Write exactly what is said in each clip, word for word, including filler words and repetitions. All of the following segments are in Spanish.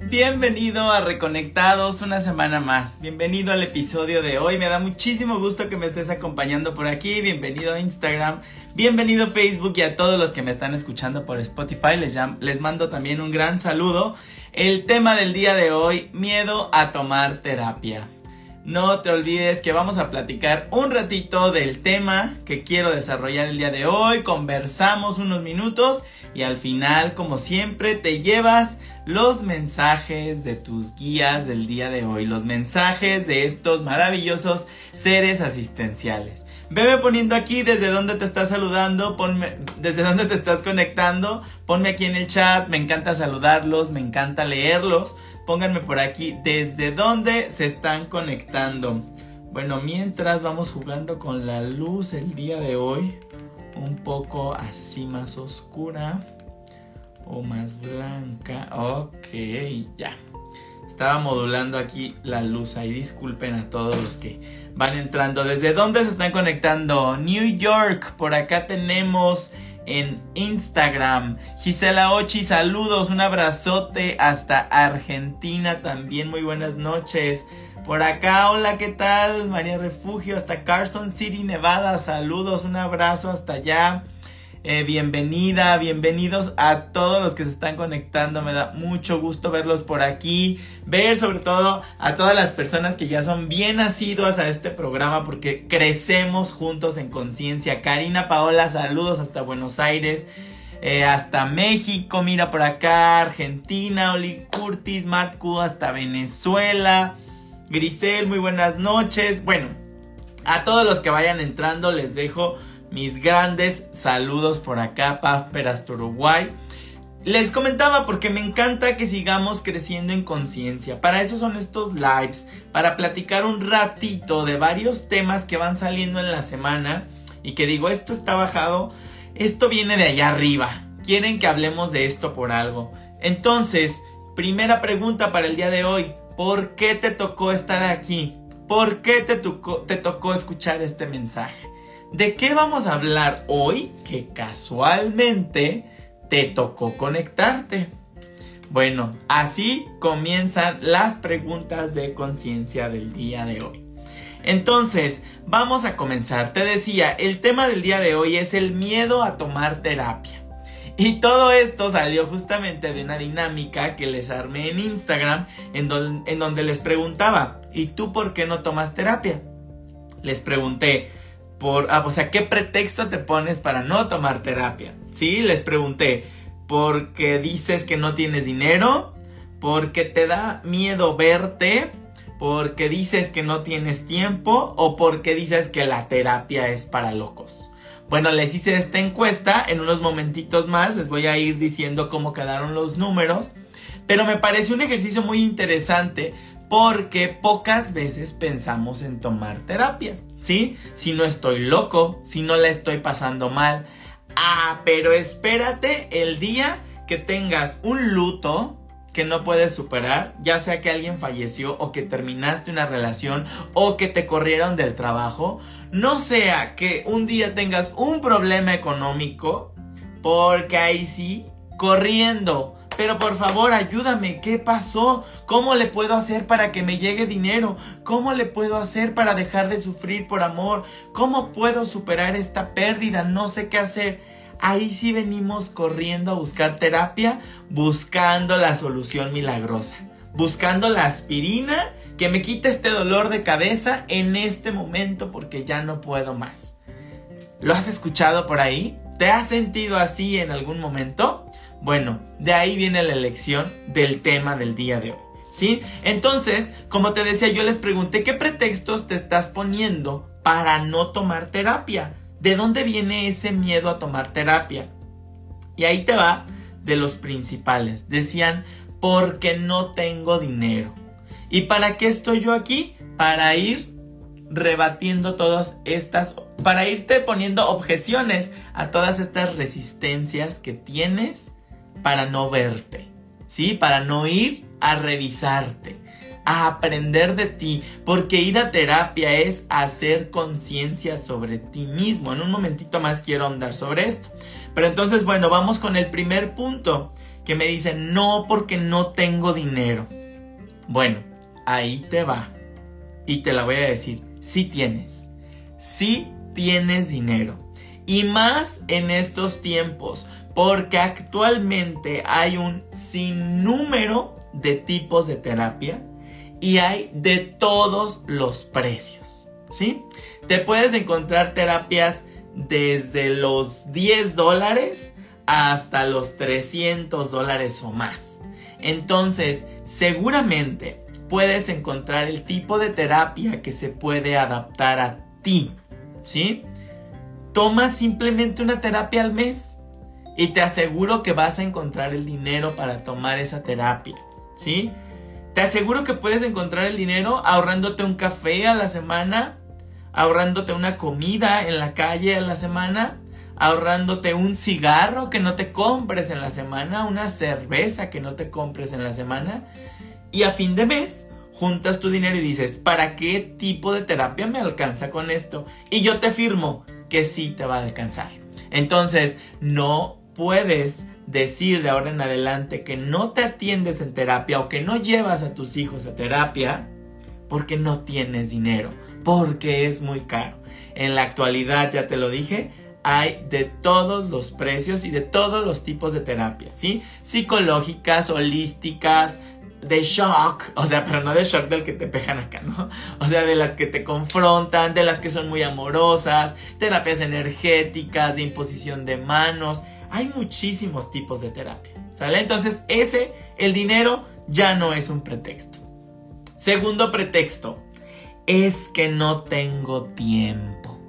Bienvenido a Reconectados una semana más. Bienvenido al episodio de hoy. Me da muchísimo gusto que me estés acompañando por aquí. Bienvenido a Instagram, bienvenido a Facebook y a todos los que me están escuchando por Spotify. Les, les mando también un gran saludo. El tema del día de hoy, miedo a tomar terapia. No te olvides que vamos a platicar un ratito del tema que quiero desarrollar el día de hoy. Conversamos unos minutos y al final, como siempre, te llevas los mensajes de tus guías del día de hoy. Los mensajes de estos maravillosos seres asistenciales. Veme poniendo aquí desde dónde te estás saludando, ponme, desde dónde te estás conectando. Ponme aquí en el chat, me encanta saludarlos, me encanta leerlos. Pónganme por aquí desde dónde se están conectando. Bueno, mientras vamos jugando con la luz el día de hoy. Un poco así más oscura o más blanca. Ok, ya. Estaba modulando aquí la luz. Ahí disculpen a todos los que van entrando. ¿Desde dónde se están conectando? New York, por acá tenemos en Instagram. Gisela Ochi, saludos, un abrazote hasta Argentina también, muy buenas noches. Por acá, hola, ¿qué tal? María Refugio, hasta Carson City, Nevada, saludos, un abrazo hasta allá. Eh, bienvenida, bienvenidos a todos los que se están conectando, me da mucho gusto verlos por aquí, ver sobre todo a todas las personas que ya son bien asiduas a este programa porque crecemos juntos en conciencia. Karina Paola, saludos hasta Buenos Aires, eh, hasta México, mira por acá, Argentina, Oli Curtis, Marco hasta Venezuela, Grisel, muy buenas noches. Bueno, a todos los que vayan entrando les dejo mis grandes saludos por acá, Pafper hasta Uruguay. Les comentaba porque me encanta que sigamos creciendo en conciencia. Para eso son estos lives, para platicar un ratito de varios temas que van saliendo en la semana y que digo, esto está bajado, esto viene de allá arriba. Quieren que hablemos de esto por algo. Entonces, primera pregunta para el día de hoy, ¿por qué te tocó estar aquí? ¿Por qué te tocó, te tocó escuchar este mensaje? ¿De qué vamos a hablar hoy que casualmente te tocó conectarte? Bueno, así comienzan las preguntas de conciencia del día de hoy. Entonces, vamos a comenzar. Te decía, el tema del día de hoy es el miedo a tomar terapia. Y todo esto salió justamente de una dinámica que les armé en Instagram, en, don, en donde les preguntaba, ¿y tú por qué no tomas terapia? Les pregunté, Por, ah, o sea, ¿qué pretexto te pones para no tomar terapia? Sí, les pregunté, ¿porque dices que no tienes dinero? ¿Porque te da miedo verte? ¿Porque dices que no tienes tiempo? ¿O porque dices que la terapia es para locos? Bueno, les hice esta encuesta, en unos momentitos más les voy a ir diciendo cómo quedaron los números, pero me pareció un ejercicio muy interesante porque pocas veces pensamos en tomar terapia, ¿sí? Si no estoy loco, si no la estoy pasando mal. Ah, pero espérate el día que tengas un luto que no puedes superar, ya sea que alguien falleció o que terminaste una relación o que te corrieron del trabajo, no sea que un día tengas un problema económico, porque ahí sí, corriendo. Pero por favor, ayúdame, ¿qué pasó? ¿Cómo le puedo hacer para que me llegue dinero? ¿Cómo le puedo hacer para dejar de sufrir por amor? ¿Cómo puedo superar esta pérdida? No sé qué hacer. Ahí sí venimos corriendo a buscar terapia, buscando la solución milagrosa, buscando la aspirina que me quite este dolor de cabeza en este momento porque ya no puedo más. ¿Lo has escuchado por ahí? ¿Te has sentido así en algún momento? Bueno, de ahí viene la elección del tema del día de hoy, ¿sí? Entonces, como te decía, yo les pregunté, ¿qué pretextos te estás poniendo para no tomar terapia? ¿De dónde viene ese miedo a tomar terapia? Y ahí te va de los principales. Decían, porque no tengo dinero. ¿Y para qué estoy yo aquí? Para ir rebatiendo todas estas, para irte poniendo objeciones a todas estas resistencias que tienes para no verte, ¿sí? Para no ir a revisarte, a aprender de ti, porque ir a terapia es hacer conciencia sobre ti mismo. En un momentito más quiero ahondar sobre esto, Pero entonces, bueno, vamos con el primer punto, que me dice, no, porque no tengo dinero. Bueno, ahí te va. Y te la voy a decir, sí tienes. Sí tienes dinero. Y más en estos tiempos, porque actualmente hay un sinnúmero de tipos de terapia y hay de todos los precios, ¿sí? Te puedes encontrar terapias desde los diez dólares hasta los trescientos dólares o más. Entonces, seguramente puedes encontrar el tipo de terapia que se puede adaptar a ti, ¿sí? Toma simplemente una terapia al mes y te aseguro que vas a encontrar el dinero para tomar esa terapia, ¿sí? Te aseguro que puedes encontrar el dinero ahorrándote un café a la semana, ahorrándote una comida en la calle a la semana, ahorrándote un cigarro que no te compres en la semana, una cerveza que no te compres en la semana, y a fin de mes juntas tu dinero y dices, ¿para qué tipo de terapia me alcanza con esto? Y yo te firmo que sí te va a alcanzar. Entonces, no puedes decir de ahora en adelante que no te atiendes en terapia o que no llevas a tus hijos a terapia porque no tienes dinero, porque es muy caro. En la actualidad, ya te lo dije, hay de todos los precios y de todos los tipos de terapia, ¿sí? Psicológicas, holísticas, de shock, o sea, pero no de shock del que te pegan acá, ¿no? O sea, de las que te confrontan, de las que son muy amorosas, terapias energéticas, de imposición de manos. Hay muchísimos tipos de terapia, ¿sale? Entonces, ese, el dinero, ya no es un pretexto. Segundo pretexto, es que no tengo tiempo.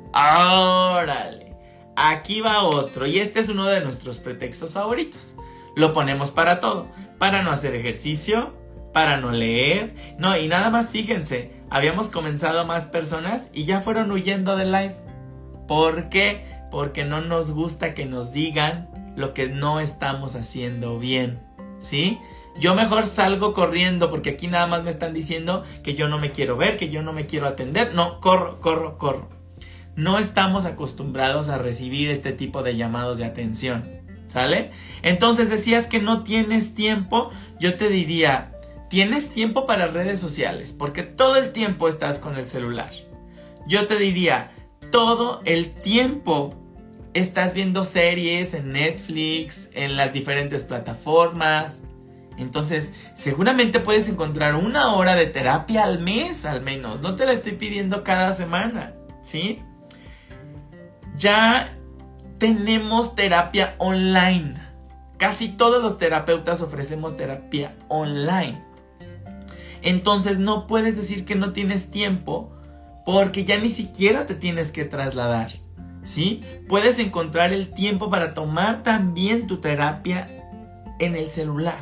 ¡Órale! Aquí va otro, y este es uno de nuestros pretextos favoritos. Lo ponemos para todo, para no hacer ejercicio, para no leer, no, y nada más fíjense, habíamos comenzado más personas y ya fueron huyendo del live. ¿Por qué? Porque no nos gusta que nos digan lo que no estamos haciendo bien, ¿sí? Yo mejor salgo corriendo porque aquí nada más me están diciendo que yo no me quiero ver, que yo no me quiero atender. No, corro, corro, corro. No estamos acostumbrados a recibir este tipo de llamados de atención, ¿sale? Entonces decías que no tienes tiempo. Yo te diría, tienes tiempo para redes sociales porque todo el tiempo estás con el celular. Yo te diría, todo el tiempo estás viendo series en Netflix, en las diferentes plataformas. Entonces, seguramente puedes encontrar una hora de terapia al mes, al menos. No te la estoy pidiendo cada semana, ¿sí? Ya tenemos terapia online. Casi todos los terapeutas ofrecemos terapia online. Entonces, no puedes decir que no tienes tiempo porque ya ni siquiera te tienes que trasladar, ¿sí? Puedes encontrar el tiempo para tomar también tu terapia en el celular.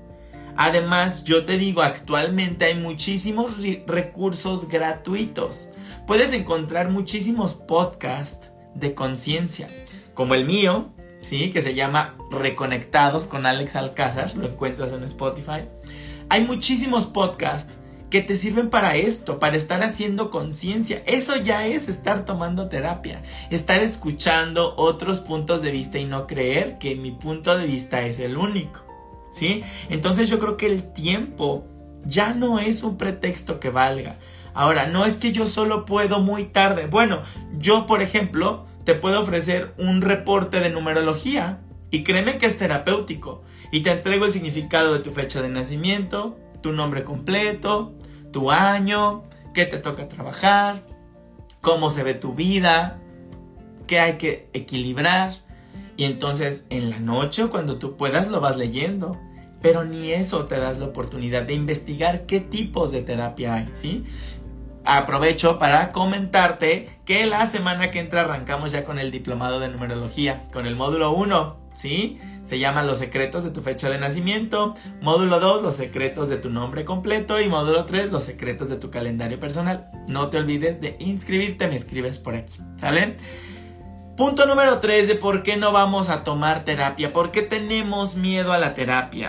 Además, yo te digo, actualmente hay muchísimos re- recursos gratuitos. Puedes encontrar muchísimos podcasts de conciencia, como el mío, ¿sí? Que se llama Reconectados con Alex Alcázar, lo encuentras en Spotify. Hay muchísimos podcasts que te sirven para esto, para estar haciendo conciencia. Eso ya es estar tomando terapia, estar escuchando otros puntos de vista y no creer que mi punto de vista es el único, ¿sí? Entonces yo creo que el tiempo ya no es un pretexto que valga. Ahora, no es que yo solo puedo muy tarde. Bueno, yo por ejemplo te puedo ofrecer un reporte de numerología y créeme que es terapéutico y te entrego el significado de tu fecha de nacimiento, tu nombre completo, tu año, qué te toca trabajar, cómo se ve tu vida, qué hay que equilibrar. Y entonces en la noche o cuando tú puedas lo vas leyendo. Pero ni eso te das la oportunidad de investigar qué tipos de terapia hay, ¿sí? Aprovecho para comentarte que la semana que entra arrancamos ya con el diplomado de numerología, con el módulo uno, ¿sí? Se llama Los secretos de tu fecha de nacimiento, módulo dos, Los secretos de tu nombre completo y módulo tres, Los secretos de tu calendario personal. No te olvides de inscribirte, me escribes por aquí, ¿sale? Punto número tres de por qué no vamos a tomar terapia. ¿Por qué tenemos miedo a la terapia?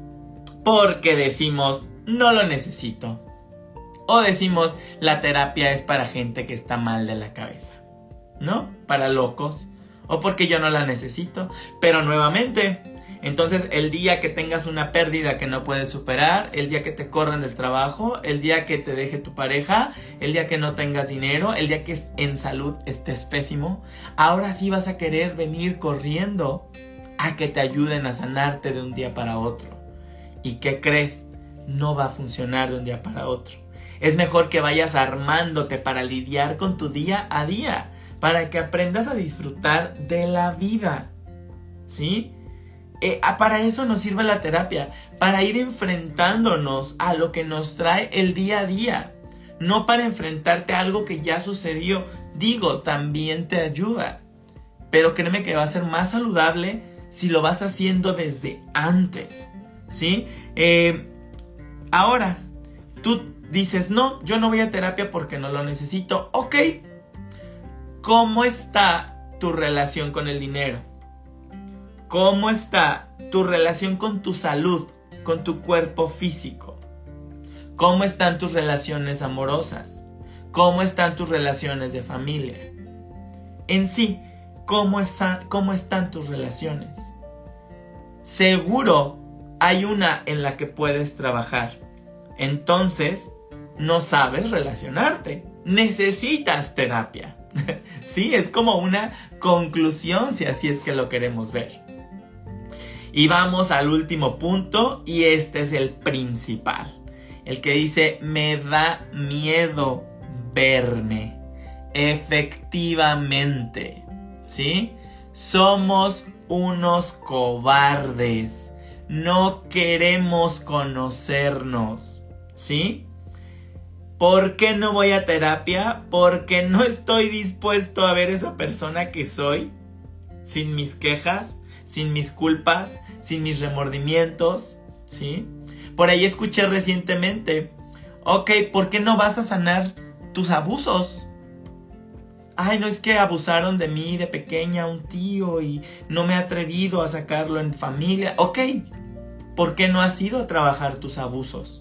Porque decimos, no lo necesito. O decimos, la terapia es para gente que está mal de la cabeza, ¿no? Para locos o porque yo no la necesito. Pero nuevamente, entonces el día que tengas una pérdida que no puedes superar, el día que te corran del trabajo, el día que te deje tu pareja, el día que no tengas dinero, el día que en salud estés pésimo, ahora sí vas a querer venir corriendo a que te ayuden a sanarte de un día para otro. ¿Y qué crees? No va a funcionar de un día para otro. Es mejor que vayas armándote para lidiar con tu día a día, para que aprendas a disfrutar de la vida, ¿sí? Eh, para eso nos sirve la terapia, para ir enfrentándonos a lo que nos trae el día a día, no para enfrentarte a algo que ya sucedió. Digo, también te ayuda, pero créeme que va a ser más saludable si lo vas haciendo desde antes, ¿sí? Eh, ahora, tú dices, no, yo no voy a terapia porque no lo necesito. Ok, ¿cómo está tu relación con el dinero? ¿Cómo está tu relación con tu salud, con tu cuerpo físico? ¿Cómo están tus relaciones amorosas? ¿Cómo están tus relaciones de familia? En sí, ¿cómo están, cómo están tus relaciones? Seguro hay una en la que puedes trabajar. Entonces, no sabes relacionarte. Necesitas terapia. Sí, es como una conclusión, si así es que lo queremos ver. Y vamos al último punto, y este es el principal. El que dice, me da miedo verme. Efectivamente, ¿sí? Somos unos cobardes. No queremos conocernos, ¿sí? ¿Por qué no voy a terapia? Porque no estoy dispuesto a ver esa persona que soy, sin mis quejas, sin mis culpas, sin mis remordimientos, ¿sí? Por ahí escuché recientemente, ok, ¿por qué no vas a sanar tus abusos? Ay, no, es que abusaron de mí de pequeña un tío y no me he atrevido a sacarlo en familia. Ok, ¿por qué no has ido a trabajar tus abusos?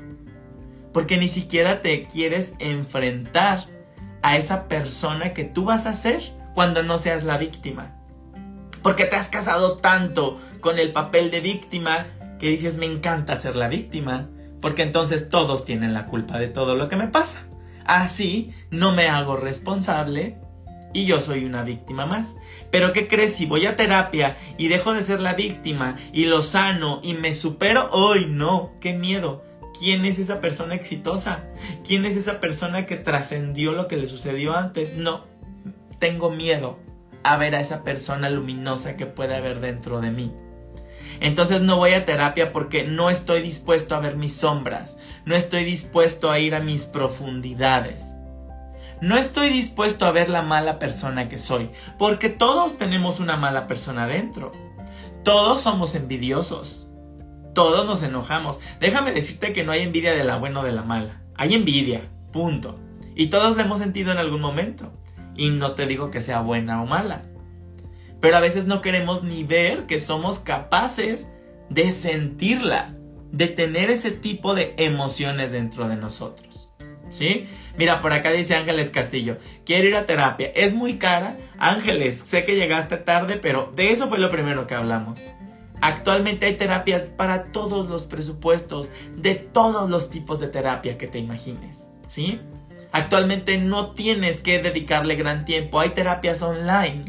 Porque ni siquiera te quieres enfrentar a esa persona que tú vas a ser cuando no seas la víctima. Porque te has casado tanto con el papel de víctima que dices, me encanta ser la víctima, porque entonces todos tienen la culpa de todo lo que me pasa. Así no me hago responsable y yo soy una víctima más. Pero ¿qué crees? Si voy a terapia y dejo de ser la víctima y lo sano y me supero, ¡ay no! ¡Qué miedo! ¿Quién es esa persona exitosa? ¿Quién es esa persona que trascendió lo que le sucedió antes? No, tengo miedo a ver a esa persona luminosa que puede haber dentro de mí. Entonces no voy a terapia porque no estoy dispuesto a ver mis sombras. No estoy dispuesto a ir a mis profundidades. No estoy dispuesto a ver la mala persona que soy. Porque todos tenemos una mala persona dentro. Todos somos envidiosos. Todos nos enojamos. Déjame decirte que no hay envidia de la buena o de la mala. Hay envidia, punto. Y todos la hemos sentido en algún momento. Y no te digo que sea buena o mala. Pero a veces no queremos ni ver que somos capaces de sentirla, de tener ese tipo de emociones dentro de nosotros, ¿sí? Mira, por acá dice Ángeles Castillo, quiero ir a terapia, es muy cara. Ángeles, sé que llegaste tarde, pero de eso fue lo primero que hablamos. Actualmente hay terapias para todos los presupuestos, de todos los tipos de terapia que te imagines, ¿sí? Actualmente no tienes que dedicarle gran tiempo, hay terapias online.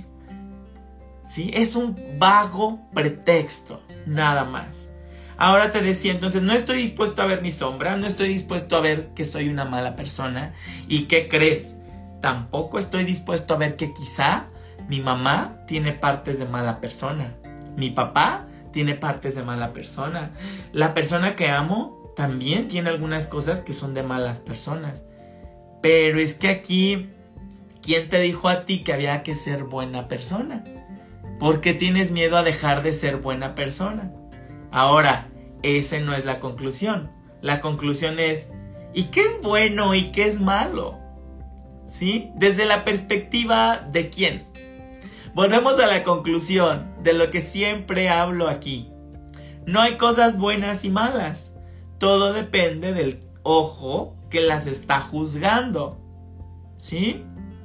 ¿Sí? Es un vago pretexto, nada más. Ahora te decía, entonces, no estoy dispuesto a ver mi sombra, no estoy dispuesto a ver que soy una mala persona. ¿Y qué crees? Tampoco estoy dispuesto a ver que quizá mi mamá tiene partes de mala persona. Mi papá tiene partes de mala persona. La persona que amo también tiene algunas cosas que son de malas personas. Pero es que aquí, ¿quién te dijo a ti que había que ser buena persona? ¿Por qué tienes miedo a dejar de ser buena persona? Ahora, esa no es la conclusión. La conclusión es, ¿y qué es bueno y qué es malo? ¿Sí? Desde la perspectiva de quién. Volvemos a la conclusión de lo que siempre hablo aquí. No hay cosas buenas y malas. Todo depende del ojo que las está juzgando. ¿Sí?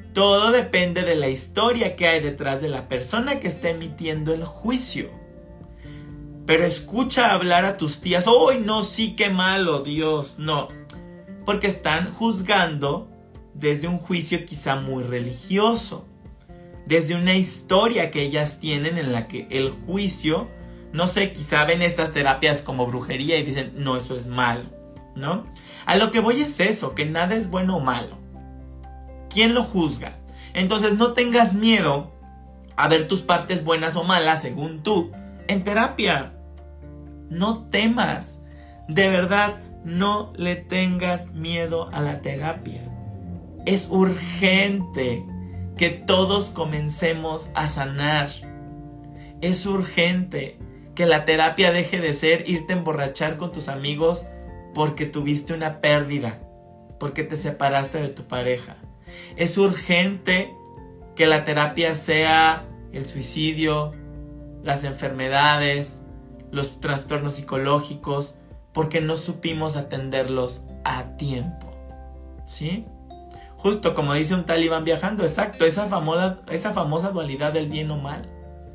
Todo depende de la historia que hay detrás de la persona que está emitiendo el juicio. Pero escucha hablar a tus tías. ¡Ay, no, sí, qué malo, Dios! No, porque están juzgando desde un juicio quizá muy religioso, desde una historia que ellas tienen en la que el juicio, no sé, quizá ven estas terapias como brujería y dicen, no, eso es malo, ¿no? A lo que voy es eso, que nada es bueno o malo. ¿Quién lo juzga? Entonces no tengas miedo a ver tus partes buenas o malas, según tú, en terapia. No temas. De verdad, no le tengas miedo a la terapia. Es urgente que todos comencemos a sanar. Es urgente que la terapia deje de ser irte a emborrachar con tus amigos porque tuviste una pérdida, porque te separaste de tu pareja. Es urgente que la terapia sea el suicidio, las enfermedades, los trastornos psicológicos, porque no supimos atenderlos a tiempo, ¿sí? Justo como dice un tal Iván Viajando, exacto, esa famosa, esa famosa dualidad del bien o mal.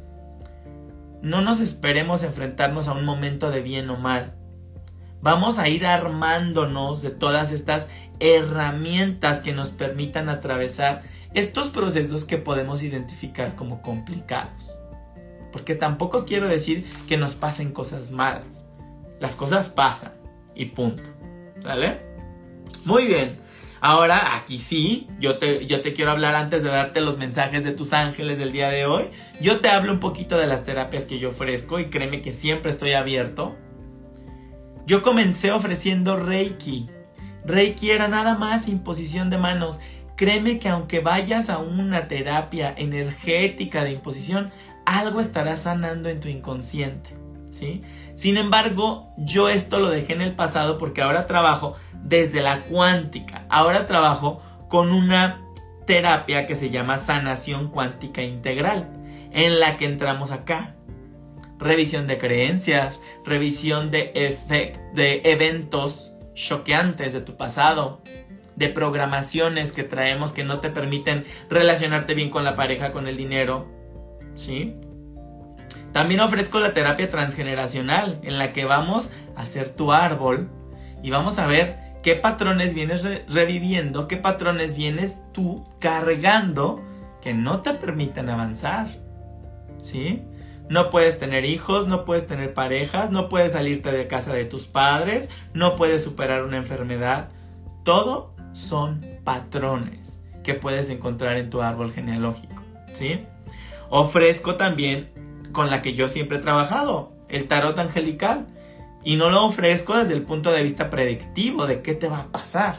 No nos esperemos enfrentarnos a un momento de bien o mal. Vamos a ir armándonos de todas estas herramientas que nos permitan atravesar estos procesos que podemos identificar como complicados. Porque tampoco quiero decir que nos pasen cosas malas. Las cosas pasan y punto. ¿Sale? Muy bien. Ahora, aquí sí, yo te, yo te quiero hablar antes de darte los mensajes de tus ángeles del día de hoy. Yo te hablo un poquito de las terapias que yo ofrezco y créeme que siempre estoy abierto. Yo comencé ofreciendo Reiki. Reiki era nada más imposición de manos. Créeme que aunque vayas a una terapia energética de imposición, algo estará sanando en tu inconsciente, ¿sí? Sin embargo, yo esto lo dejé en el pasado porque ahora trabajo desde la cuántica. Ahora trabajo con una terapia que se llama sanación cuántica integral, en la que entramos acá. Revisión de creencias, revisión de, efect, de eventos choqueantes de tu pasado, de programaciones que traemos que no te permiten relacionarte bien con la pareja, con el dinero, ¿sí? También ofrezco la terapia transgeneracional, en la que vamos a hacer tu árbol y vamos a ver qué patrones vienes re- reviviendo, qué patrones vienes tú cargando que no te permiten avanzar, ¿sí? No puedes tener hijos, no puedes tener parejas, no puedes salirte de casa de tus padres, no puedes superar una enfermedad. Todo son patrones que puedes encontrar en tu árbol genealógico, ¿sí? Ofrezco también con la que yo siempre he trabajado, el tarot angelical. Y no lo ofrezco desde el punto de vista predictivo de qué te va a pasar.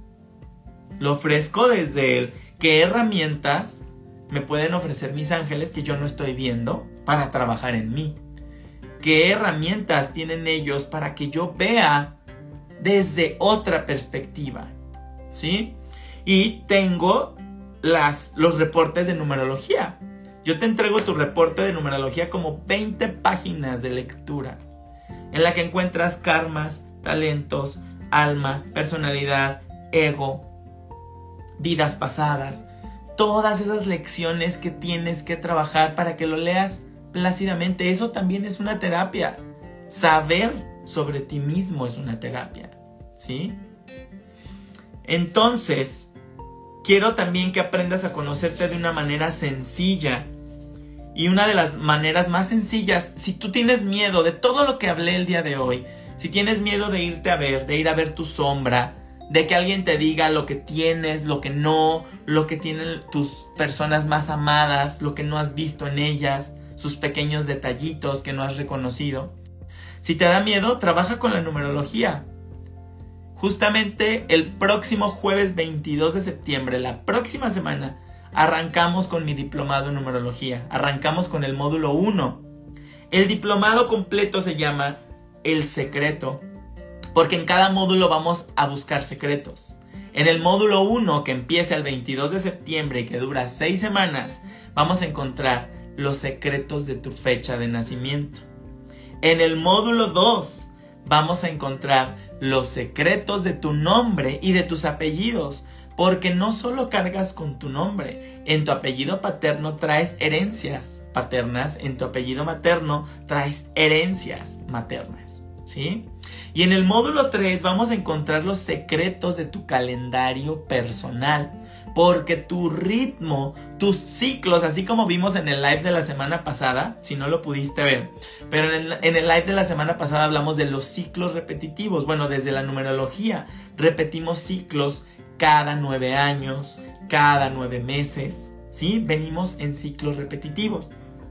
Lo ofrezco desde el qué herramientas me pueden ofrecer mis ángeles que yo no estoy viendo para trabajar en mí. ¿Qué herramientas tienen ellos para que yo vea desde otra perspectiva? ¿Sí? Y tengo las, los reportes de numerología. Yo te entrego tu reporte de numerología como veinte páginas de lectura, en la que encuentras karmas, talentos, alma, personalidad, ego, vidas pasadas. Todas esas lecciones que tienes que trabajar para que lo leas plácidamente. Eso también es una terapia. Saber sobre ti mismo es una terapia, ¿sí? Entonces, quiero también que aprendas a conocerte de una manera sencilla. Y una de las maneras más sencillas, si tú tienes miedo de todo lo que hablé el día de hoy, si tienes miedo de irte a ver, de ir a ver tu sombra, de que alguien te diga lo que tienes, lo que no, lo que tienen tus personas más amadas, lo que no has visto en ellas, sus pequeños detallitos que no has reconocido. Si te da miedo, trabaja con la numerología. Justamente el próximo jueves veintidós de septiembre, la próxima semana, arrancamos con mi diplomado en numerología. Arrancamos con el módulo uno. El diplomado completo se llama El Secreto, porque en cada módulo vamos a buscar secretos. En el módulo uno, que empieza el veintidós de septiembre y que dura seis semanas, vamos a encontrar los secretos de tu fecha de nacimiento. En el módulo dos, vamos a encontrar los secretos de tu nombre y de tus apellidos, Porque no solo cargas con tu nombre, en tu apellido paterno traes herencias paternas, en tu apellido materno traes herencias maternas, ¿sí? Y en el módulo tres vamos a encontrar los secretos de tu calendario personal, porque tu ritmo, tus ciclos, así como vimos en el live de la semana pasada, si no lo pudiste ver, pero en el, en el live de la semana pasada hablamos de los ciclos repetitivos. Bueno, desde la numerología repetimos ciclos cada nueve años, cada nueve meses, ¿sí? Venimos en ciclos repetitivos.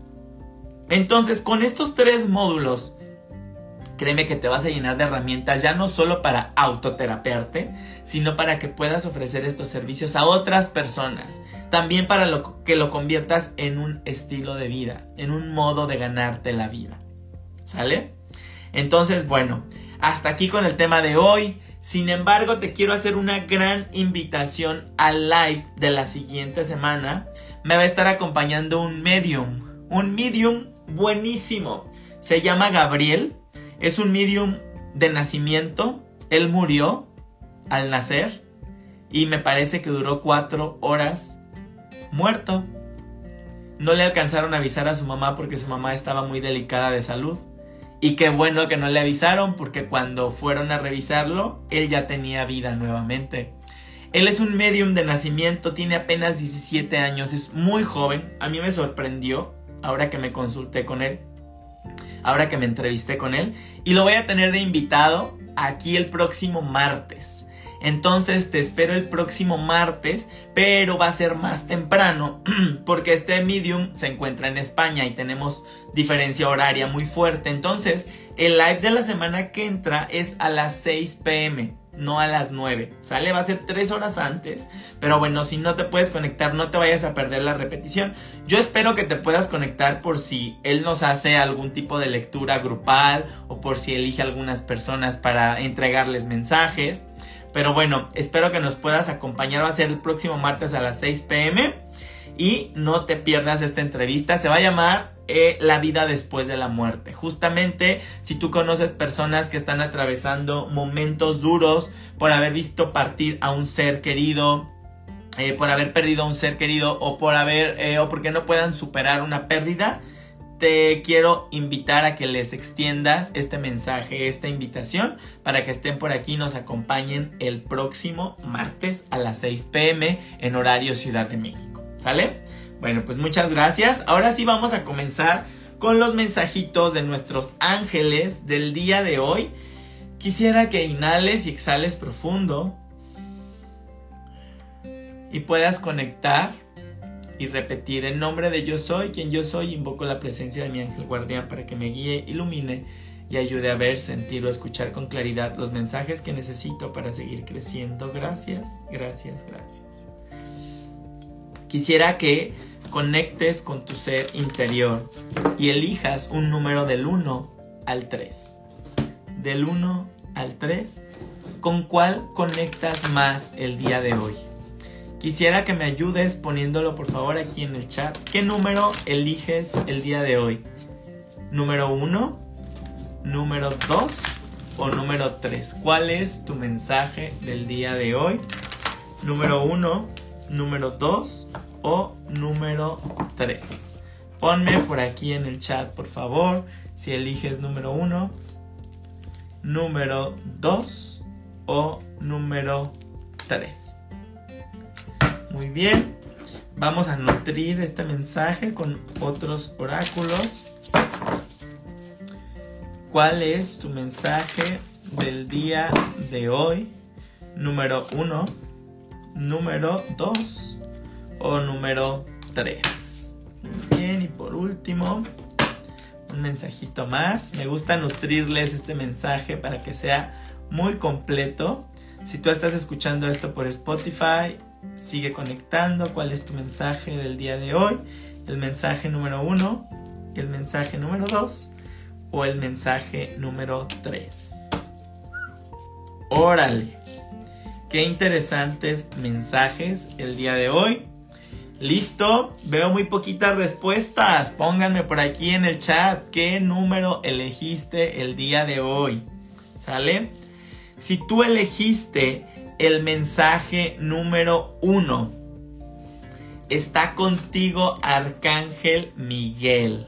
Entonces, con estos tres módulos, créeme que te vas a llenar de herramientas, ya no solo para autoterapearte, sino para que puedas ofrecer estos servicios a otras personas. También para lo, que lo conviertas en un estilo de vida, en un modo de ganarte la vida. ¿Sale? Entonces, bueno, hasta aquí con el tema de hoy. Sin embargo, te quiero hacer una gran invitación al live de la siguiente semana. Me va a estar acompañando un medium, un medium buenísimo. Se llama Gabriel, es un medium de nacimiento. Él murió al nacer y me parece que duró cuatro horas muerto. No le alcanzaron a avisar a su mamá porque su mamá estaba muy delicada de salud. Y qué bueno que no le avisaron, porque cuando fueron a revisarlo, él ya tenía vida nuevamente. Él es un medium de nacimiento, tiene apenas diecisiete años, es muy joven. A mí me sorprendió ahora que me consulté con él, ahora que me entrevisté con él. Y lo voy a tener de invitado aquí el próximo martes. Entonces te espero el próximo martes, pero va a ser más temprano porque este medium se encuentra en España y tenemos diferencia horaria muy fuerte. Entonces el live de la semana que entra es a las seis pe eme, no a las nueve, ¿sale? Va a ser tres horas antes, pero bueno, si no te puedes conectar, no te vayas a perder la repetición. Yo espero que te puedas conectar por si él nos hace algún tipo de lectura grupal o por si elige algunas personas para entregarles mensajes. Pero bueno, espero que nos puedas acompañar. Va a ser el próximo martes a las seis pe eme. Y no te pierdas esta entrevista. Se va a llamar eh, La vida después de la muerte. Justamente si tú conoces personas que están atravesando momentos duros por haber visto partir a un ser querido, eh, por haber perdido a un ser querido o por haber eh, o porque no puedan superar una pérdida, te quiero invitar a que les extiendas este mensaje, esta invitación, para que estén por aquí y nos acompañen el próximo martes a las seis pe eme en horario Ciudad de México. ¿Sale? Bueno, pues muchas gracias. Ahora sí vamos a comenzar con los mensajitos de nuestros ángeles del día de hoy. Quisiera que inhales y exhales profundo y puedas conectar y repetir: en nombre de yo soy quien yo soy, invoco la presencia de mi ángel guardián para que me guíe, ilumine y ayude a ver, sentir o escuchar con claridad los mensajes que necesito para seguir creciendo. Gracias, gracias, gracias. Quisiera que conectes con tu ser interior y elijas un número del uno al tres. Del uno al tres, ¿con cuál conectas más el día de hoy? Quisiera que me ayudes poniéndolo por favor aquí en el chat. ¿Qué número eliges el día de hoy? ¿Número uno? ¿Número dos? ¿O número tres? ¿Cuál es tu mensaje del día de hoy? ¿Número uno? ¿Número dos? ¿O número tres? Ponme por aquí en el chat por favor si eliges número uno, número dos o número tres. Muy bien, vamos a nutrir este mensaje con otros oráculos. ¿Cuál es tu mensaje del día de hoy? Número uno, número dos o número tres. Muy bien, y por último, un mensajito más. Me gusta nutrirles este mensaje para que sea muy completo. Si tú estás escuchando esto por Spotify, sigue conectando. ¿Cuál es tu mensaje del día de hoy? El mensaje número uno, el mensaje número dos o el mensaje número tres. Órale, qué interesantes mensajes el día de hoy. Listo, veo muy poquitas respuestas. Pónganme por aquí en el chat qué número elegiste el día de hoy. ¿Sale? Si tú elegiste el mensaje número uno. Está contigo Arcángel Miguel.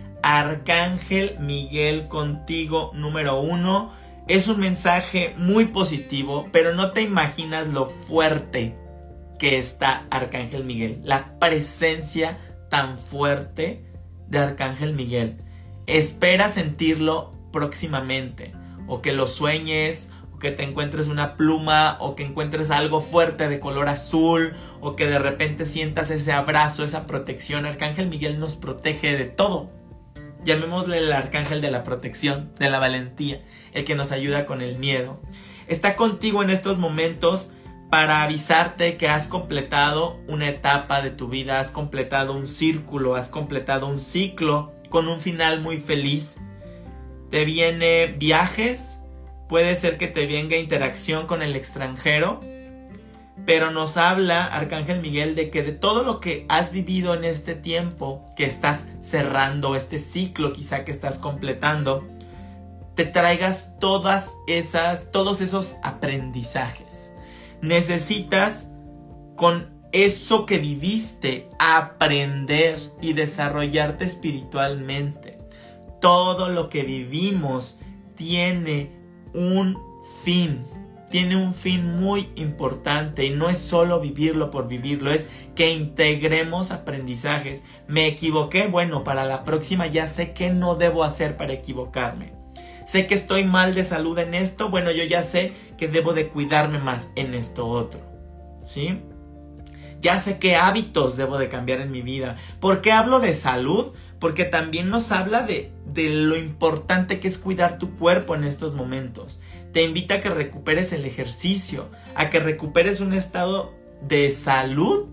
Arcángel Miguel contigo número uno. Es un mensaje muy positivo, pero no te imaginas lo fuerte que está Arcángel Miguel. La presencia tan fuerte de Arcángel Miguel. Espera sentirlo próximamente, o que lo sueñes, o que te encuentres una pluma, o que encuentres algo fuerte de color azul, o que de repente sientas ese abrazo, esa protección. Arcángel Miguel nos protege de todo. Llamémosle el arcángel de la protección, de la valentía, el que nos ayuda con el miedo. Está contigo en estos momentos para avisarte que has completado una etapa de tu vida, has completado un círculo, has completado un ciclo con un final muy feliz. Te viene viajes, puede ser que te venga interacción con el extranjero, pero nos habla Arcángel Miguel de que de todo lo que has vivido en este tiempo que estás cerrando, este ciclo quizá que estás completando, te traigas todas esas, todos esos aprendizajes. Necesitas con eso que viviste aprender y desarrollarte espiritualmente. Todo lo que vivimos tiene un fin. Tiene un fin muy importante y no es solo vivirlo por vivirlo, es que integremos aprendizajes. ¿Me equivoqué? Bueno, para la próxima ya sé qué no debo hacer para equivocarme. Sé que estoy mal de salud en esto, bueno, yo ya sé que debo de cuidarme más en esto otro, ¿sí? Ya sé qué hábitos debo de cambiar en mi vida. ¿Por qué hablo de salud? Porque también nos habla de, de lo importante que es cuidar tu cuerpo en estos momentos. Te invita a que recuperes el ejercicio, a que recuperes un estado de salud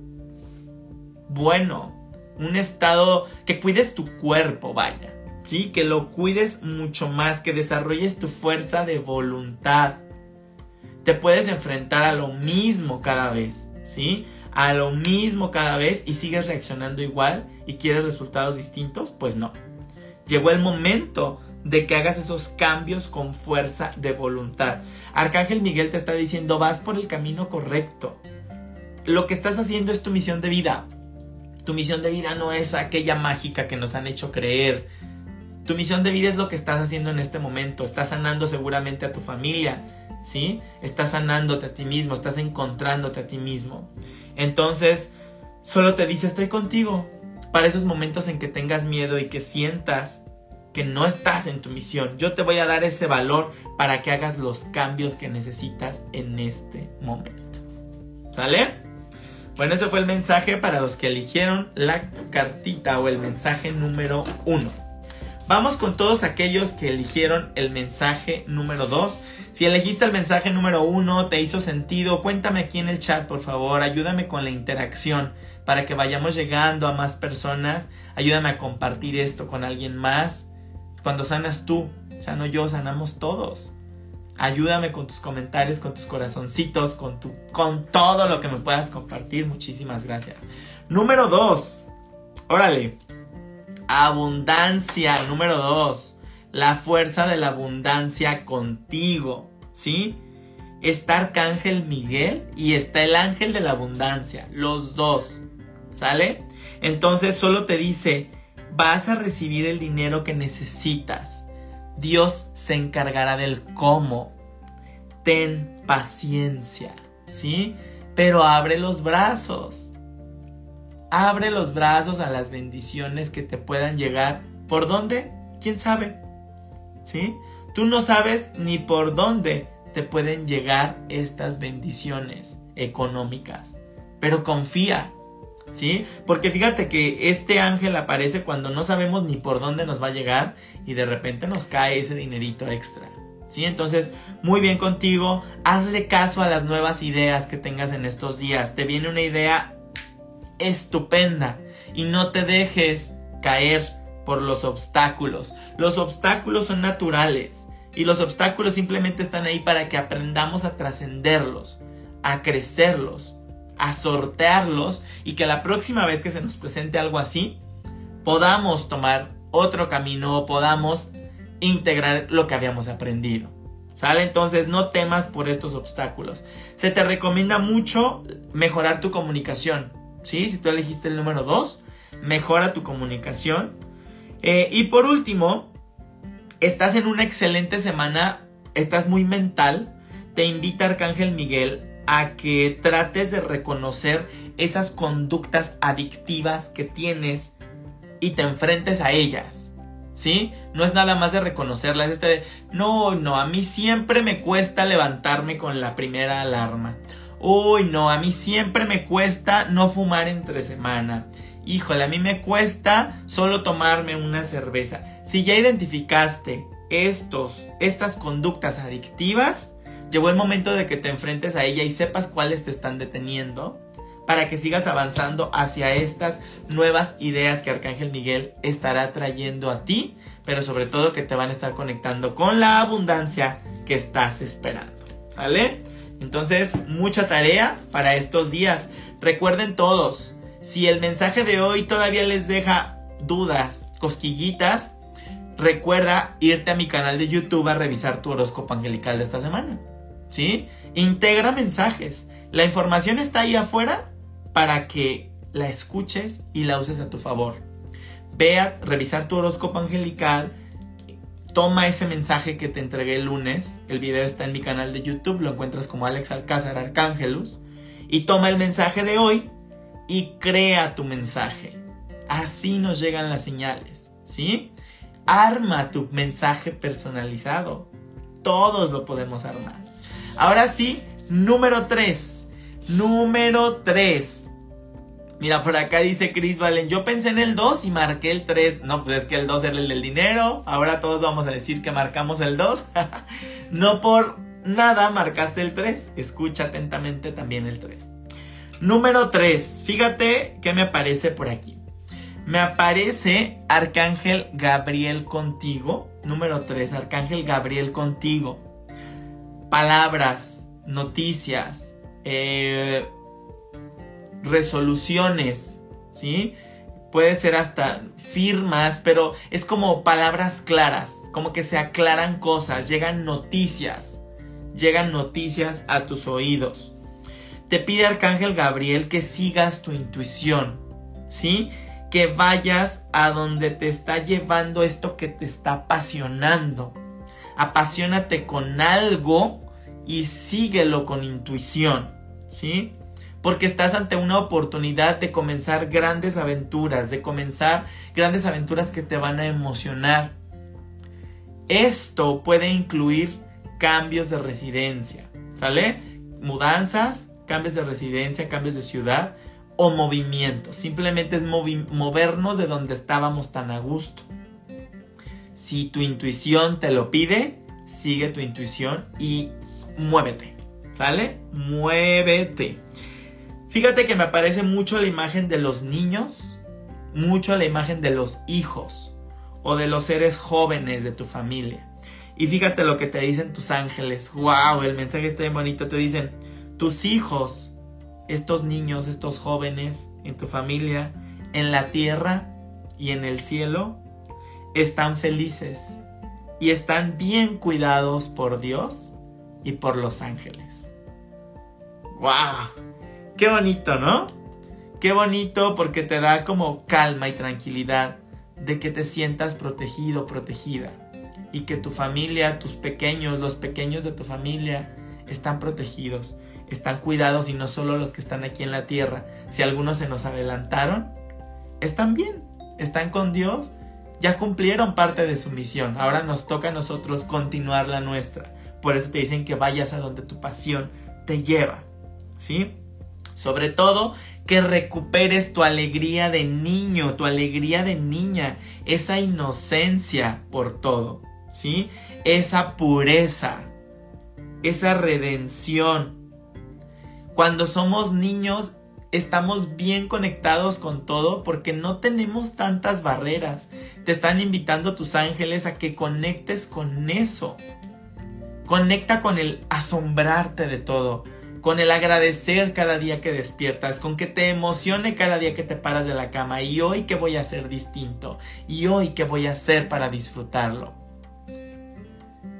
bueno, un estado que cuides tu cuerpo, vaya, ¿sí? Que lo cuides mucho más, que desarrolles tu fuerza de voluntad. Te puedes enfrentar a lo mismo cada vez, ¿sí? A lo mismo cada vez y sigues reaccionando igual y quieres resultados distintos, pues no. Llegó el momento de que hagas esos cambios con fuerza de voluntad. Arcángel Miguel te está diciendo, vas por el camino correcto. Lo que estás haciendo es tu misión de vida. Tu misión de vida no es aquella mágica que nos han hecho creer. Tu misión de vida es lo que estás haciendo en este momento. Estás sanando seguramente a tu familia, ¿sí? Estás sanándote a ti mismo, estás encontrándote a ti mismo. Entonces, solo te dice, estoy contigo. Para esos momentos en que tengas miedo y que sientas que no estás en tu misión, yo te voy a dar ese valor para que hagas los cambios que necesitas en este momento. ¿Sale? Bueno, ese fue el mensaje para los que eligieron la cartita o el mensaje número uno. Vamos con todos aquellos que eligieron el mensaje número dos. Si elegiste el mensaje número uno, te hizo sentido, cuéntame aquí en el chat, por favor. Ayúdame con la interacción para que vayamos llegando a más personas. Ayúdame a compartir esto con alguien más. Cuando sanas tú, sano yo, sanamos todos. Ayúdame con tus comentarios, con tus corazoncitos, con, tu, con todo lo que me puedas compartir. Muchísimas gracias. Número dos. Órale. Abundancia. Número dos. La fuerza de la abundancia contigo. ¿Sí? Está Arcángel Miguel y está el ángel de la abundancia. Los dos. ¿Sale? Entonces solo te dice, vas a recibir el dinero que necesitas. Dios se encargará del cómo. Ten paciencia, ¿sí? Pero abre los brazos. Abre los brazos a las bendiciones que te puedan llegar. ¿Por dónde? ¿Quién sabe? ¿Sí? Tú no sabes ni por dónde te pueden llegar estas bendiciones económicas. Pero confía, ¿sí? Porque fíjate que este ángel aparece cuando no sabemos ni por dónde nos va a llegar y de repente nos cae ese dinerito extra, ¿sí? Entonces, muy bien contigo, hazle caso a las nuevas ideas que tengas en estos días. Te viene una idea estupenda y no te dejes caer por los obstáculos. Los obstáculos son naturales y los obstáculos simplemente están ahí para que aprendamos a trascenderlos, a crecerlos, a sortearlos y que la próxima vez que se nos presente algo así podamos tomar otro camino o podamos integrar lo que habíamos aprendido, ¿Sale? Entonces no temas por estos obstáculos. Se te recomienda mucho mejorar tu comunicación, ¿sí? Si tú elegiste el número dos, mejora tu comunicación. Eh, y por último, estás en una excelente semana, estás muy mental. Te invita Arcángel Miguel a que trates de reconocer esas conductas adictivas que tienes y te enfrentes a ellas, ¿sí? No es nada más de reconocerlas, este de, no, no, a mí siempre me cuesta levantarme con la primera alarma. Uy, no, a mí siempre me cuesta no fumar entre semana. Híjole, a mí me cuesta solo tomarme una cerveza. Si ya identificaste estos, estas conductas adictivas, llegó el momento de que te enfrentes a ella y sepas cuáles te están deteniendo para que sigas avanzando hacia estas nuevas ideas que Arcángel Miguel estará trayendo a ti, pero sobre todo que te van a estar conectando con la abundancia que estás esperando, ¿sale? Entonces, mucha tarea para estos días. Recuerden todos, si el mensaje de hoy todavía les deja dudas, cosquillitas, recuerda irte a mi canal de YouTube a revisar tu horóscopo angelical de esta semana, ¿sí? Integra mensajes. La información está ahí afuera para que la escuches y la uses a tu favor. Ve a revisar tu horóscopo angelical. Toma ese mensaje que te entregué el lunes. El video está en mi canal de YouTube. Lo encuentras como Alex Alcázar Arcángelus. Y toma el mensaje de hoy y crea tu mensaje. Así nos llegan las señales, ¿sí? Arma tu mensaje personalizado. Todos lo podemos armar. Ahora sí, número tres. Número tres. Mira, por acá dice Chris Valen, yo pensé en el dos y marqué el tres. No, pues es que el dos era el del dinero. Ahora todos vamos a decir que marcamos el dos. No por nada marcaste el tres. Escucha atentamente también el tres. Número tres. Fíjate qué me aparece por aquí. Me aparece Arcángel Gabriel contigo. Número tres. Arcángel Gabriel contigo. Palabras, noticias, eh, resoluciones, ¿sí? Puede ser hasta firmas, pero es como palabras claras, como que se aclaran cosas, llegan noticias, llegan noticias a tus oídos. Te pide Arcángel Gabriel que sigas tu intuición, ¿sí? Que vayas a donde te está llevando esto que te está apasionando. Apasionate con algo y síguelo con intuición, ¿sí? Porque estás ante una oportunidad de comenzar grandes aventuras, de comenzar grandes aventuras que te van a emocionar. Esto puede incluir cambios de residencia, ¿sale? Mudanzas, cambios de residencia, cambios de ciudad o movimientos. Simplemente es movi- movernos de donde estábamos tan a gusto. Si tu intuición te lo pide, sigue tu intuición y muévete, ¿sale? Muévete. Fíjate que me aparece mucho la imagen de los niños, mucho la imagen de los hijos o de los seres jóvenes de tu familia. Y fíjate lo que te dicen tus ángeles. ¡Wow! El mensaje está bien bonito. Te dicen, tus hijos, estos niños, estos jóvenes en tu familia, en la tierra y en el cielo, están felices y están bien cuidados por Dios y por los ángeles. ¡Wow! ¡Qué bonito!, ¿no? Qué bonito, porque te da como calma y tranquilidad de que te sientas protegido, protegida. Y que tu familia, tus pequeños, los pequeños de tu familia están protegidos, están cuidados, y no solo los que están aquí en la tierra. Si algunos se nos adelantaron, están bien, están con Dios, ya cumplieron parte de su misión. Ahora nos toca a nosotros continuar la nuestra. Por eso te dicen que vayas a donde tu pasión te lleva, ¿sí? Sobre todo, que recuperes tu alegría de niño, tu alegría de niña, esa inocencia por todo, ¿sí? Esa pureza, esa redención. Cuando somos niños, estamos bien conectados con todo porque no tenemos tantas barreras. Te están invitando tus ángeles a que conectes con eso. Conecta con el asombrarte de todo, con el agradecer cada día que despiertas, con que te emocione cada día que te paras de la cama. ¿Y hoy qué voy a hacer distinto? ¿Y hoy qué voy a hacer para disfrutarlo?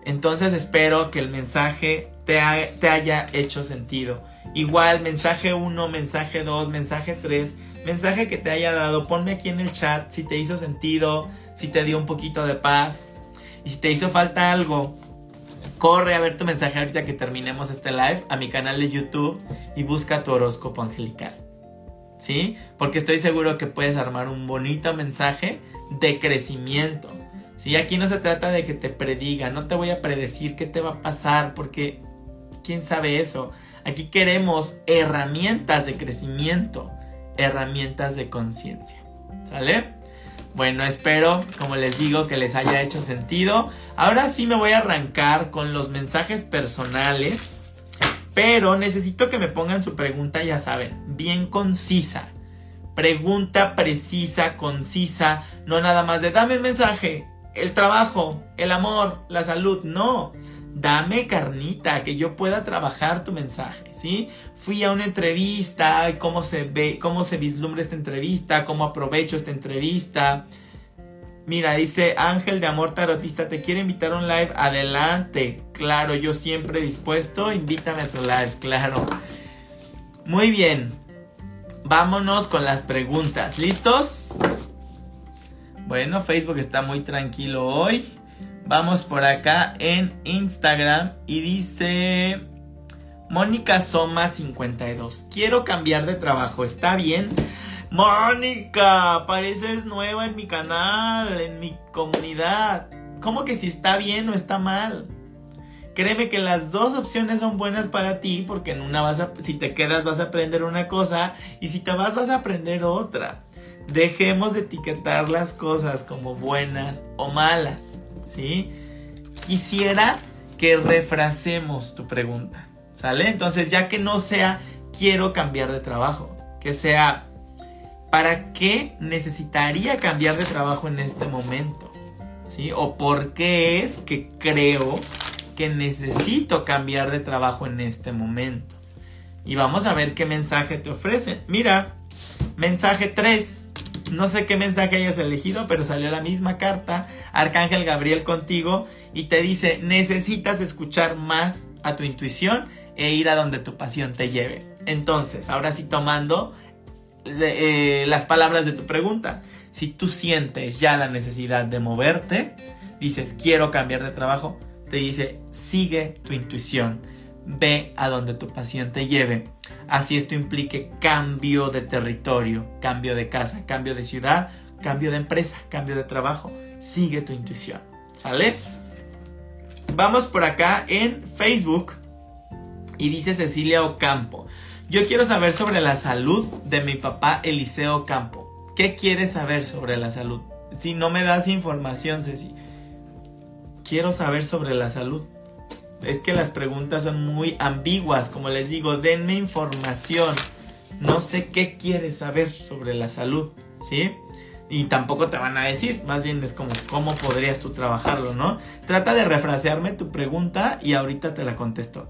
Entonces espero que el mensaje te, ha, te haya hecho sentido. Igual, mensaje uno, mensaje dos, mensaje tres, mensaje que te haya dado, ponme aquí en el chat si te hizo sentido, si te dio un poquito de paz. Y si te hizo falta algo, corre a ver tu mensaje ahorita que terminemos este live a mi canal de YouTube y busca tu horóscopo angelical. ¿Sí? Porque estoy seguro que puedes armar un bonito mensaje de crecimiento. ¿Sí? Aquí no se trata de que te prediga, no te voy a predecir qué te va a pasar, porque ¿quién sabe eso? Aquí queremos herramientas de crecimiento, herramientas de conciencia. ¿Sale? Bueno, espero, como les digo, que les haya hecho sentido. Ahora sí me voy a arrancar con los mensajes personales, pero necesito que me pongan su pregunta, ya saben, bien concisa. Pregunta precisa, concisa, no nada más de dame el mensaje, el trabajo, el amor, la salud. No, dame carnita, que yo pueda trabajar tu mensaje, ¿sí? Fui a una entrevista, y cómo se ve, cómo se vislumbra esta entrevista, cómo aprovecho esta entrevista. Mira, dice Ángel de Amor Tarotista, te quiero invitar a un live. Adelante, claro, yo siempre dispuesto, invítame a tu live, claro. Muy bien, vámonos con las preguntas, ¿listos? Bueno, Facebook está muy tranquilo hoy. Vamos por acá en Instagram y dice Mónica Soma cincuenta y dos. Quiero cambiar de trabajo, ¿está bien? Mónica, pareces nueva en mi canal, en mi comunidad. ¿Cómo que si está bien o está mal? Créeme que las dos opciones son buenas para ti, porque en una vas a, si te quedas vas a aprender una cosa y si te vas vas a aprender otra. Dejemos de etiquetar las cosas como buenas o malas, ¿sí? Quisiera que refrasemos tu pregunta, ¿sale? Entonces, ya que no sea quiero cambiar de trabajo, que sea ¿para qué necesitaría cambiar de trabajo en este momento? ¿Sí? O ¿por qué es que creo que necesito cambiar de trabajo en este momento? Y vamos a ver qué mensaje te ofrecen. Mira, mensaje tres. No sé qué mensaje hayas elegido, pero salió la misma carta. Arcángel Gabriel contigo y te dice, necesitas escuchar más a tu intuición e ir a donde tu pasión te lleve. Entonces, ahora sí tomando eh, las palabras de tu pregunta. Si tú sientes ya la necesidad de moverte, dices, quiero cambiar de trabajo, te dice, sigue tu intuición. Ve a donde tu pasión te lleve. Así esto implique cambio de territorio, cambio de casa, cambio de ciudad, cambio de empresa, cambio de trabajo. Sigue tu intuición, ¿sale? Vamos por acá en Facebook y dice Cecilia Ocampo. Yo quiero saber sobre la salud de mi papá Eliseo Ocampo. ¿Qué quieres saber sobre la salud? Si no me das información, Ceci. Quiero saber sobre la salud. Es que las preguntas son muy ambiguas. Como les digo, denme información. No sé qué quieres saber sobre la salud, ¿sí? Y tampoco te van a decir. Más bien es como, ¿cómo podrías tú trabajarlo, no? Trata de refrasearme tu pregunta y ahorita te la contesto.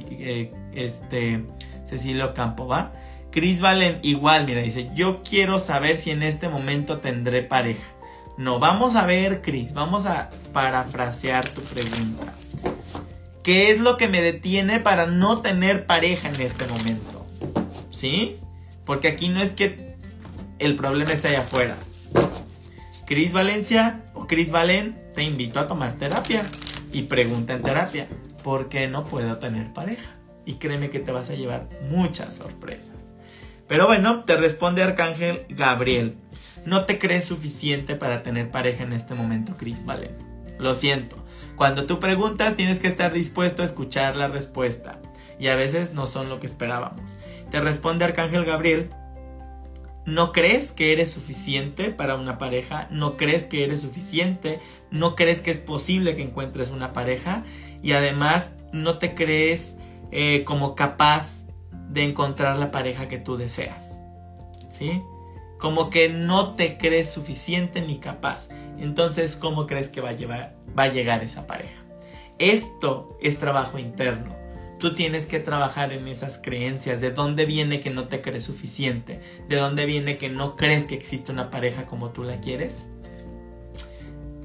Este, Cecilio Campo, ¿va? Cris Valen, igual, mira, dice, yo quiero saber si en este momento tendré pareja. No, vamos a ver, Cris, vamos a parafrasear tu pregunta. ¿Qué es lo que me detiene para no tener pareja en este momento? ¿Sí? Porque aquí no es que el problema esté allá afuera. Cris Valencia o Cris Valen, te invito a tomar terapia. Y pregunta en terapia, ¿por qué no puedo tener pareja? Y créeme que te vas a llevar muchas sorpresas. Pero bueno, te responde Arcángel Gabriel. No te crees suficiente para tener pareja en este momento, Cris Valen. Lo siento. Cuando tú preguntas tienes que estar dispuesto a escuchar la respuesta. Y a veces no son lo que esperábamos. Te responde Arcángel Gabriel. ¿No crees que eres suficiente para una pareja? ¿No crees que eres suficiente? ¿No crees que es posible que encuentres una pareja? Y además no te crees eh, como capaz de encontrar la pareja que tú deseas. ¿Sí? Como que no te crees suficiente ni capaz. Entonces, ¿cómo crees que va a, llevar, va a llegar esa pareja? Esto es trabajo interno. Tú tienes que trabajar en esas creencias. ¿De dónde viene que no te crees suficiente? ¿De dónde viene que no crees que existe una pareja como tú la quieres?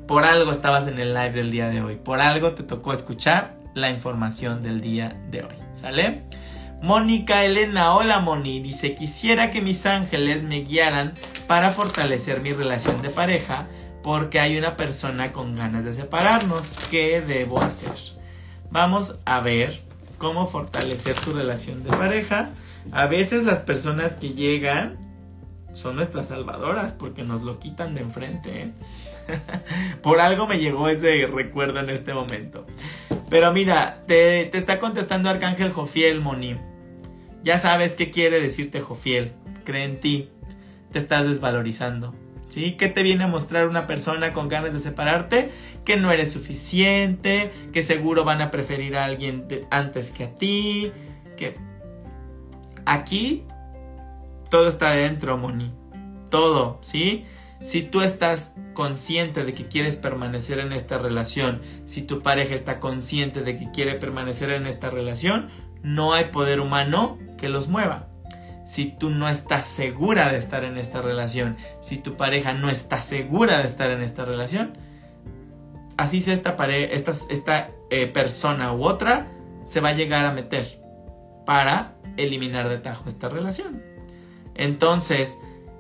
por algo estabas en el live del día de hoy. Por algo te tocó escuchar la información del día de hoy. ¿Sale? Mónica Elena, hola Moni, dice: quisiera que mis ángeles me guiaran para fortalecer mi relación de pareja porque hay una persona con ganas de separarnos. ¿Qué debo hacer? Vamos a ver cómo fortalecer tu relación de pareja. A veces las personas que llegan son nuestras salvadoras porque nos lo quitan de enfrente, ¿eh? Por algo me llegó ese recuerdo en este momento. Pero mira, te, te está contestando Arcángel Jofiel, Moni. Ya sabes qué quiere decirte Jofiel. Cree en ti. Te estás desvalorizando, ¿sí? ¿Qué te viene a mostrar una persona con ganas de separarte? Que no eres suficiente, que seguro van a preferir a alguien de, antes que a ti, que... Aquí todo está dentro, Moni. Todo, ¿sí? Si tú estás consciente de que quieres permanecer en esta relación, si tu pareja está consciente de que quiere permanecer en esta relación, no hay poder humano que los mueva. Si tú no estás segura de estar en esta relación, si tu pareja no está segura de estar en esta relación, así sea esta, pare- esta, esta eh, persona u otra, se va a llegar a meter para eliminar de tajo esta relación. Entonces,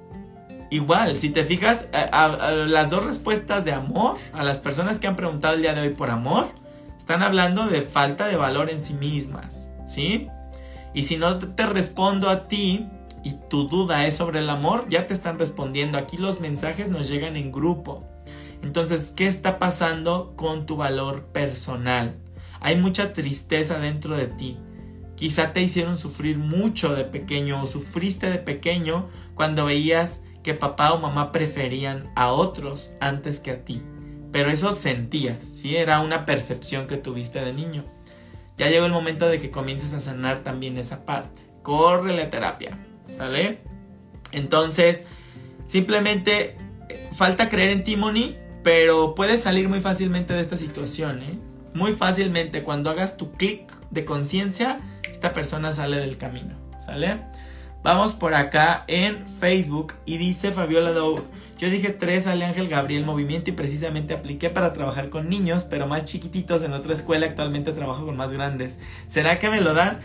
igual, si te fijas, a, a, a las dos respuestas de amor, a las personas que han preguntado el día de hoy por amor, están hablando de falta de valor en sí mismas, ¿sí? Y si no te respondo a ti y tu duda es sobre el amor, ya te están respondiendo. Aquí los mensajes nos llegan en grupo. Entonces, ¿qué está pasando con tu valor personal? Hay mucha tristeza dentro de ti. Quizá te hicieron sufrir mucho de pequeño o sufriste de pequeño cuando veías que papá o mamá preferían a otros antes que a ti. Pero eso sentías, ¿sí? Era una percepción que tuviste de niño. Ya llegó el momento de que comiences a sanar también esa parte. Córrele a terapia, ¿sale? Entonces, simplemente falta creer en ti, Moni, pero puedes salir muy fácilmente de esta situación, ¿eh? Muy fácilmente. Cuando hagas tu clic de conciencia, esta persona sale del camino, ¿sale? Vamos por acá en Facebook y dice Fabiola Dou: yo dije tres al Ángel Gabriel Movimiento y precisamente apliqué para trabajar con niños, pero más chiquititos en otra escuela. Actualmente trabajo con más grandes. ¿Será que me lo dan?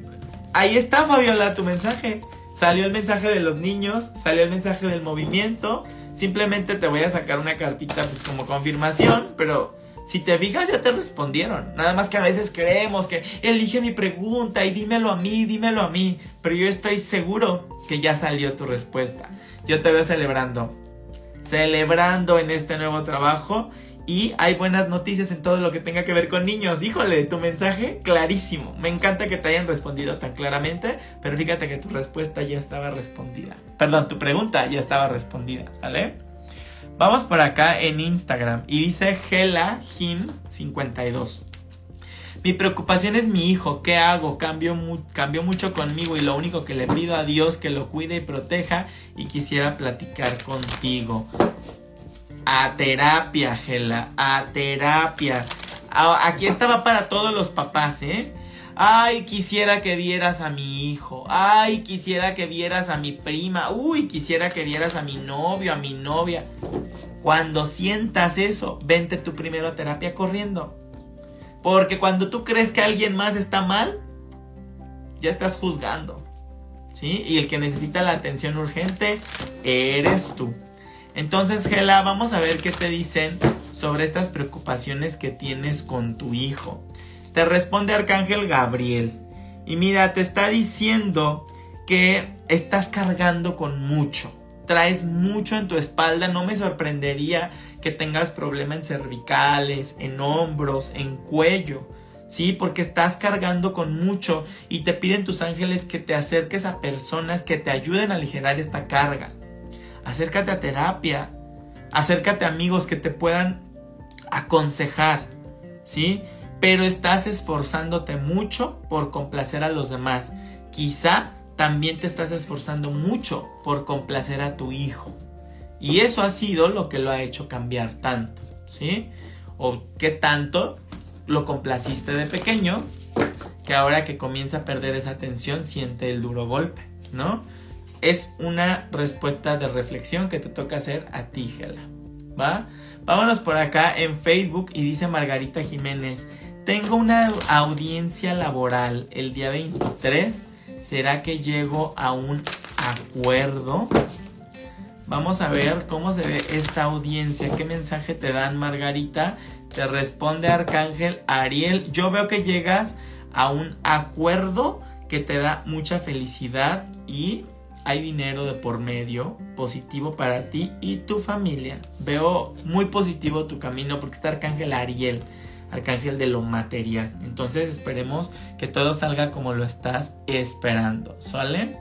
Ahí está, Fabiola, tu mensaje. Salió el mensaje de los niños, salió el mensaje del movimiento. Simplemente te voy a sacar una cartita pues como confirmación, pero si te fijas ya te respondieron. Nada más que a veces creemos que elige mi pregunta y dímelo a mí, dímelo a mí. Pero yo estoy seguro que ya salió tu respuesta. Yo te veo celebrando. Celebrando en este nuevo trabajo. Y hay buenas noticias en todo lo que tenga que ver con niños. Híjole, tu mensaje clarísimo. Me encanta que te hayan respondido tan claramente. Pero fíjate que tu respuesta ya estaba respondida. Perdón, tu pregunta ya estaba respondida, ¿vale? Vamos por acá en Instagram y dice Gela Jim cincuenta y dos. Mi preocupación es mi hijo. ¿Qué hago? Cambió, mu- cambió mucho conmigo y lo único que le pido a Dios que lo cuide y proteja, y quisiera platicar contigo. A terapia, Gela, a terapia. A- aquí estaba para todos los papás, ¿eh? Ay, quisiera que vieras a mi hijo. Ay, quisiera que vieras a mi prima. Uy, quisiera que vieras a mi novio, a mi novia. Cuando sientas eso, vente tú primero a terapia corriendo. Porque cuando tú crees que alguien más está mal, ya estás juzgando, ¿sí? Y el que necesita la atención urgente eres tú. Entonces, Gela, vamos a ver qué te dicen sobre estas preocupaciones que tienes con tu hijo. Te responde Arcángel Gabriel. Y mira, te está diciendo que estás cargando con mucho. Traes mucho en tu espalda. No me sorprendería que tengas problemas en cervicales, en hombros, en cuello. Sí, porque estás cargando con mucho. Y te piden tus ángeles que te acerques a personas que te ayuden a aligerar esta carga. Acércate a terapia. Acércate a amigos que te puedan aconsejar. ¿Sí? Pero estás esforzándote mucho por complacer a los demás. Quizá también te estás esforzando mucho por complacer a tu hijo. Y eso ha sido lo que lo ha hecho cambiar tanto, ¿sí? O qué tanto lo complaciste de pequeño, que ahora que comienza a perder esa atención siente el duro golpe, ¿no? Es una respuesta de reflexión que te toca hacer a ti, Gela. ¿va? Vámonos por acá en Facebook y dice Margarita Jiménez: tengo una audiencia laboral el día veintitrés. ¿Será que llego a un acuerdo? Vamos a ver cómo se ve esta audiencia. ¿Qué mensaje te dan, Margarita? Te responde Arcángel Ariel. Yo veo que llegas a un acuerdo que te da mucha felicidad y hay dinero de por medio, positivo para ti y tu familia. Veo muy positivo tu camino porque está Arcángel Ariel, Arcángel de lo material. Entonces esperemos que todo salga como lo estás esperando, ¿sale?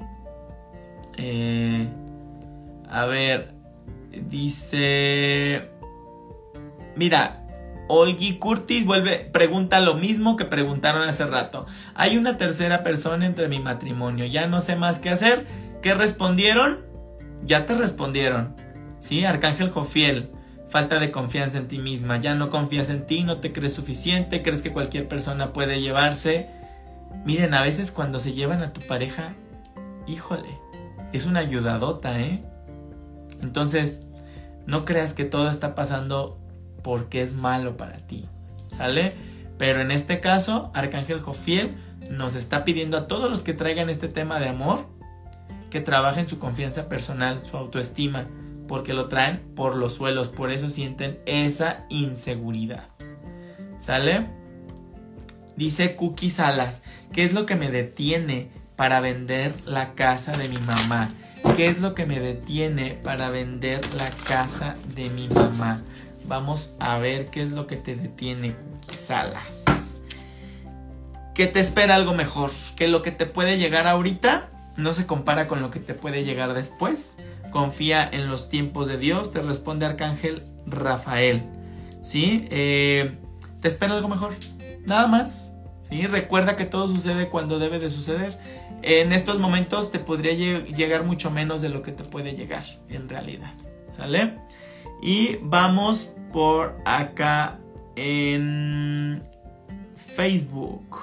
Eh, a ver, dice... Mira, Olgi Curtis vuelve, pregunta lo mismo que preguntaron hace rato. Hay una tercera persona entre mi matrimonio. Ya no sé más qué hacer. ¿Qué respondieron? Ya te respondieron. Sí, Arcángel Jofiel. Falta de confianza en ti misma. Ya no confías en ti, no te crees suficiente. Crees que cualquier persona puede llevarse. Miren, a veces cuando se llevan a tu pareja, híjole, es una ayudadota, ¿eh? Entonces, no creas que todo está pasando porque es malo para ti, ¿sale? Pero en este caso, Arcángel Jofiel nos está pidiendo a todos los que traigan este tema de amor que trabajen su confianza personal, su autoestima, porque lo traen por los suelos, por eso sienten esa inseguridad, ¿sale? Dice Cookie Salas: ¿qué es lo que me detiene para vender la casa de mi mamá? ¿Qué es lo que me detiene para vender la casa de mi mamá? Vamos a ver qué es lo que te detiene, Cookie Salas. Que te espera algo mejor, que lo que te puede llegar ahorita no se compara con lo que te puede llegar después. Confía en los tiempos de Dios, te responde Arcángel Rafael, ¿sí? Eh, te espera algo mejor, nada más, ¿sí? Recuerda que todo sucede cuando debe de suceder. En estos momentos te podría llegar mucho menos de lo que te puede llegar en realidad, ¿sale? Y vamos por acá en Facebook.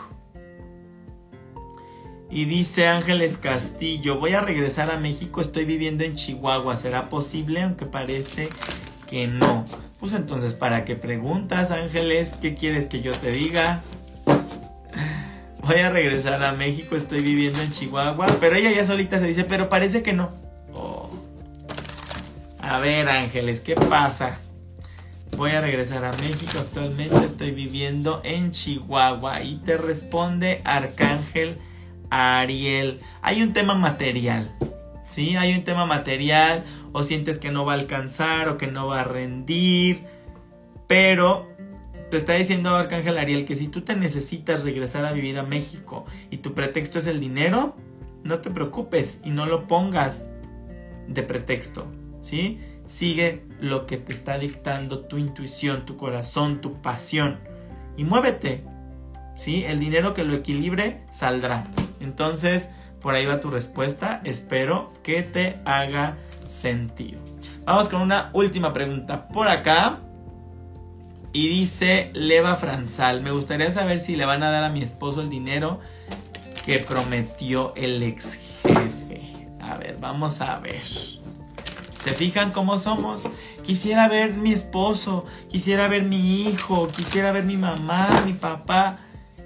Y dice Ángeles Castillo: voy a regresar a México, estoy viviendo en Chihuahua. ¿Será posible? Aunque parece que no. Pues entonces, ¿para qué preguntas, Ángeles? ¿Qué quieres que yo te diga? Voy a regresar a México, estoy viviendo en Chihuahua. Pero ella ya solita se dice, pero parece que no. Oh. A ver, Ángeles, ¿qué pasa? Voy a regresar a México, actualmente estoy viviendo en Chihuahua. Y te responde Arcángel Ariel. Hay un tema material, ¿sí? Hay un tema material, o sientes que no va a alcanzar o que no va a rendir, pero te está diciendo Arcángel Ariel que si tú te necesitas regresar a vivir a México y tu pretexto es el dinero, no te preocupes y no lo pongas de pretexto, ¿sí? Sigue lo que te está dictando tu intuición, tu corazón, tu pasión y muévete, ¿sí? El dinero que lo equilibre saldrá. Entonces, por ahí va tu respuesta. Espero que te haga sentido. Vamos con una última pregunta por acá. Y dice Leva Franzal: me gustaría saber si le van a dar a mi esposo el dinero que prometió el ex jefe. A ver, vamos a ver. ¿Se fijan cómo somos? Quisiera ver mi esposo, quisiera ver mi hijo, quisiera ver mi mamá, mi papá.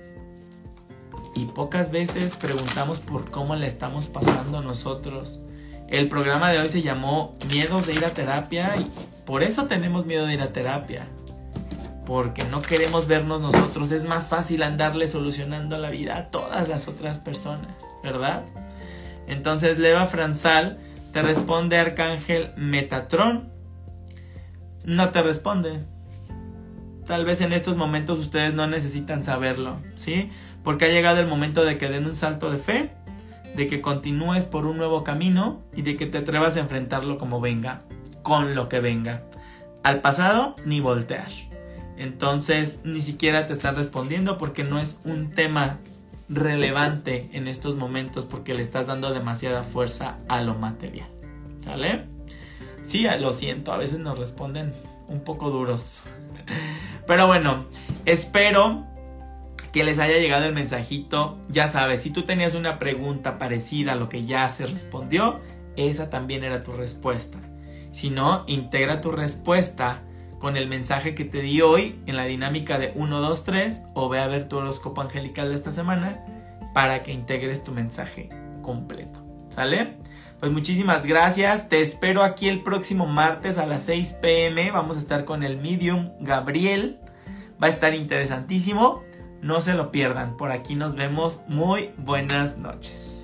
Y pocas veces preguntamos por cómo le estamos pasando nosotros. El programa de hoy se llamó Miedos de ir a terapia y por eso tenemos miedo de ir a terapia. Porque no queremos vernos nosotros. Es más fácil andarle solucionando la vida a todas las otras personas, ¿verdad? Entonces Leva Franzal te responde Arcángel Metatrón. No te responde. Tal vez en estos momentos ustedes no necesitan saberlo, ¿sí? Porque ha llegado el momento de que den un salto de fe, de que continúes por un nuevo camino y de que te atrevas a enfrentarlo como venga, con lo que venga. Al pasado, ni voltear. Entonces, ni siquiera te están respondiendo porque no es un tema relevante en estos momentos porque le estás dando demasiada fuerza a lo material, ¿sale? Sí, lo siento, a veces nos responden un poco duros. Pero bueno, espero que les haya llegado el mensajito. Ya sabes, si tú tenías una pregunta parecida a lo que ya se respondió, esa también era tu respuesta. Si no, integra tu respuesta con el mensaje que te di hoy en la dinámica de uno, dos, tres o ve a ver tu horóscopo angelical de esta semana para que integres tu mensaje completo. ¿Sale? Pues muchísimas gracias. Te espero aquí el próximo martes a las seis pm. Vamos a estar con el medium Gabriel. Va a estar interesantísimo. No se lo pierdan. Por aquí nos vemos. Muy buenas noches.